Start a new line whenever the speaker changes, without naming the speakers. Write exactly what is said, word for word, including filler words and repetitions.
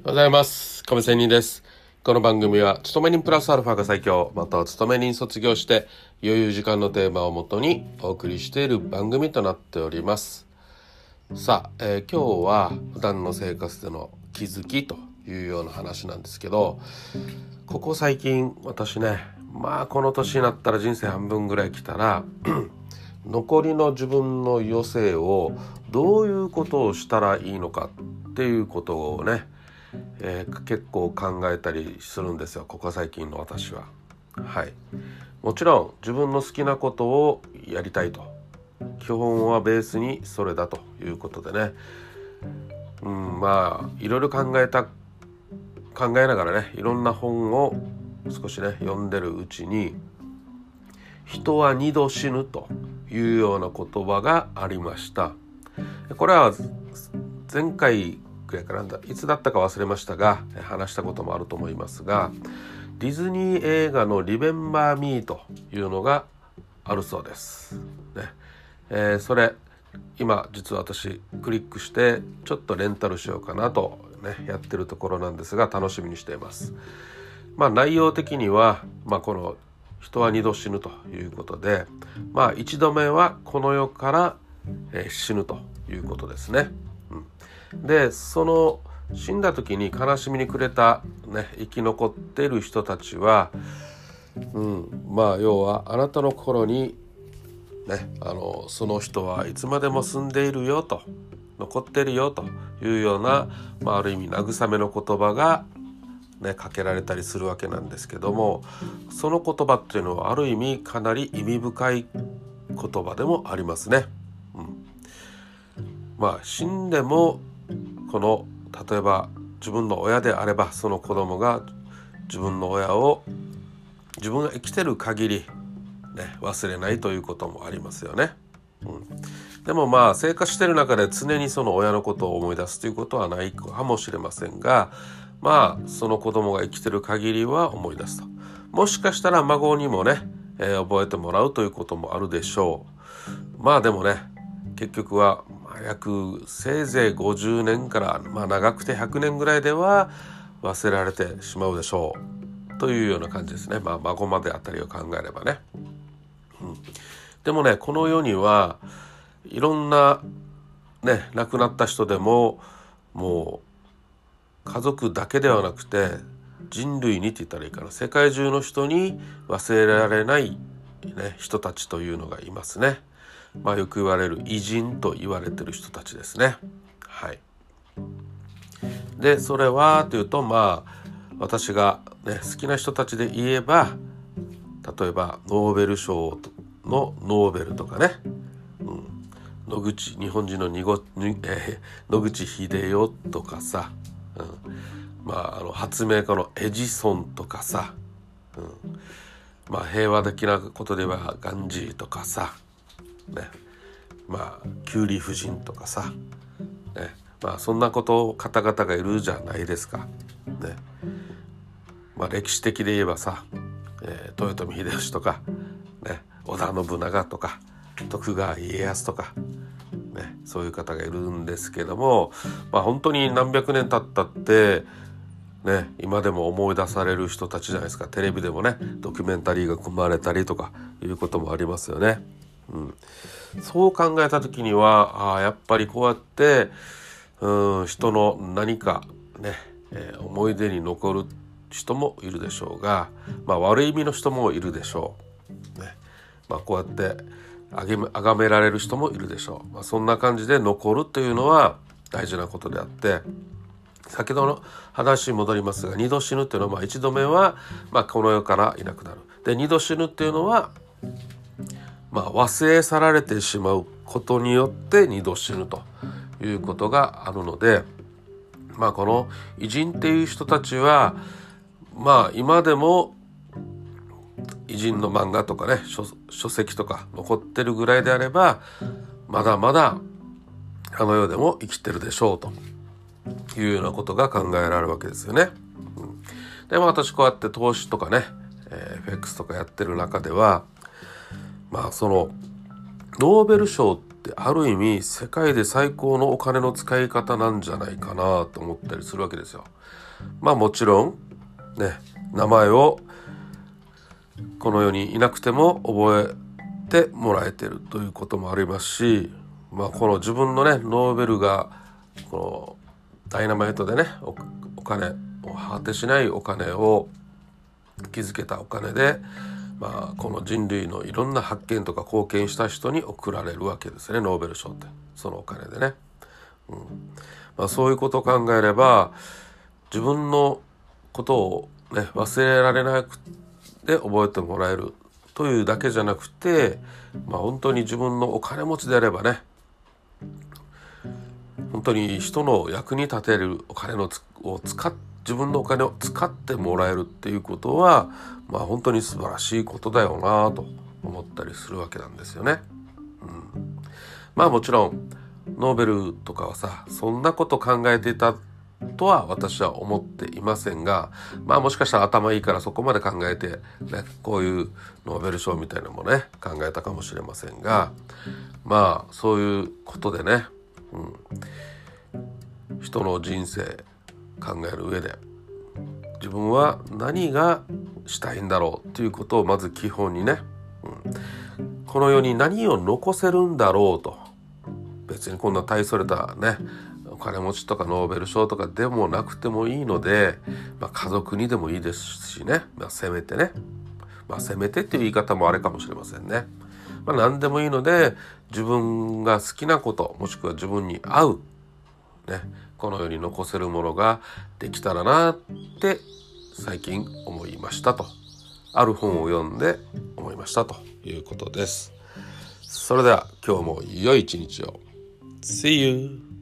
おはようございます。亀仙人です。この番組は勤め人プラスアルファが最強、または勤め人卒業して余裕時間のテーマをもとにお送りしている番組となっております。さあ、えー、今日は普段の生活での気づきというような話なんですけど、ここ最近私ね、まあこの年になったら人生半分ぐらい来たら残りの自分の余生をどういうことをしたらいいのかっていうことをね、えー、結構考えたりするんですよ、ここ最近の私は。はい、もちろん自分の好きなことをやりたいと、基本はベースにそれだということでね、うん、まあいろいろ考えた考えながらね、いろんな本を少しね読んでるうちに、人は二度死ぬというような言葉がありました。これは前回くらいかなんだいつだったか忘れましたが話したこともあると思いますが、ディズニー映画のリメンバーミーというのがあるそうです、ねえー、それ今実は私クリックしてちょっとレンタルしようかなと、ね、やってるところなんですが、楽しみにしています。まあ内容的には、まあ、この人は二度死ぬということで、まあ一度目はこの世から、えー、死ぬということですね、うん、でその死んだ時に悲しみに暮れた、ね、生き残っている人たちは、うん、まあ要はあなたの心にね、あのその人はいつまでも住んでいるよと、残っているよというような、まあ、ある意味慰めの言葉がね、かけられたりするわけなんですけども、その言葉っていうのはある意味かなり意味深い言葉でもありますね、うん、まあ死んでもこの例えば自分の親であれば、その子供が自分の親を自分が生きてる限り、ね、忘れないということもありますよね、うん、でもまあ生活してる中で常にその親のことを思い出すということはないかもしれませんが、まあその子供が生きてる限りは思い出すと。もしかしたら孫にもね、えー、覚えてもらうということもあるでしょう。まあでもね、結局は約せいぜいごじゅうねんから、まあ、長くてひゃくねんぐらいでは忘れられてしまうでしょうというような感じですね。まあ孫まであたりを考えればね、うん、でもね、この世にはいろんなね、亡くなった人でももう家族だけではなくて人類にって言ったらいいかな、世界中の人に忘れられない、ね、人たちというのがいますね。まあよく言われる偉人と言われてる人たちですね。はい。でそれはというと、まあ私が、ね、好きな人たちで言えば、例えばノーベル賞のノーベルとかね、うん、野口日本人のにご、にえー、野口英世とかさ、うん、まああの発明家のエジソンとかさ、うん、まあ平和的なことではガンジーとかさ、ね、まあキュウリ夫人とかさ、ね、まあそんなこと方々がいるじゃないですか、ね、まあ歴史的で言えばさ、えー、豊臣秀吉とか、ね、織田信長とか徳川家康とか、ね、そういう方がいるんですけども、まあ本当に何百年経ったってね、今でも思い出される人たちじゃないですか。テレビでもねドキュメンタリーが組まれたりとかいうこともありますよね、うん、そう考えた時にはあやっぱりこうやってうん人の何かね、えー、思い出に残る人もいるでしょうが、まあ、悪い意味の人もいるでしょう、ね、まあ、こうやってあげあがめられる人もいるでしょう、まあ、そんな感じで残るというのは大事なことであって、先ほどの話に戻りますが、二度死ぬっていうのは、まあ一度目は、まあ、この世からいなくなる。で二度死ぬっていうのは、まあ、忘れ去られてしまうことによって二度死ぬということがあるので、まあこの偉人っていう人たちはまあ今でも偉人の漫画とかね 書, 書籍とか残ってるぐらいであれば、まだまだあの世でも生きてるでしょうというようなことが考えられるわけですよね、うん、でも私こうやって投資とかね、えー、エフエックス とかやってる中では、まあそのノーベル賞っってある意味世界で最高のお金の使い方なんじゃないかなと思ったりするわけですよ。まあもちろんね、名前をこの世にいなくても覚えてもらえてるということもありますし、まあこの自分のねノーベルがこのダイナマイトでね お, お金を果てしないお金を築けたお金で、まあこの人類のいろんな発見とか貢献した人に贈られるわけですね、ノーベル賞って。そのお金でね、うんまあ、そういうことを考えれば自分のことをね忘れられなくて覚えてもらえるというだけじゃなくて、まあ本当に自分のお金持ちであればね、本当に人の役に立てるお金のつを使っ自分のお金を使ってもらえるっていうことは、まあ本当に素晴らしいことだよなと思ったりするわけなんですよね。うん、まあもちろんノーベルとかはさ、そんなこと考えていたとは私は思っていませんが、まあもしかしたら頭いいからそこまで考えて、ね、こういうノーベル賞みたいなのもね考えたかもしれませんが、まあそういうことでね、うん、人の人生考える上で自分は何がしたいんだろうということをまず基本にね、うん、この世に何を残せるんだろうと、別にこんな大それたねお金持ちとかノーベル賞とかでもなくてもいいので、まあ、家族にでもいいですしね、まあ、せめてね、まあ、せめてっていう言い方もあれかもしれませんね。まあ、何でもいいので自分が好きなこともしくは自分に合うね、この世に残せるものができたらなって最近思いましたと、ある本を読んで思いましたということです。それでは今日も良い一日を。See you!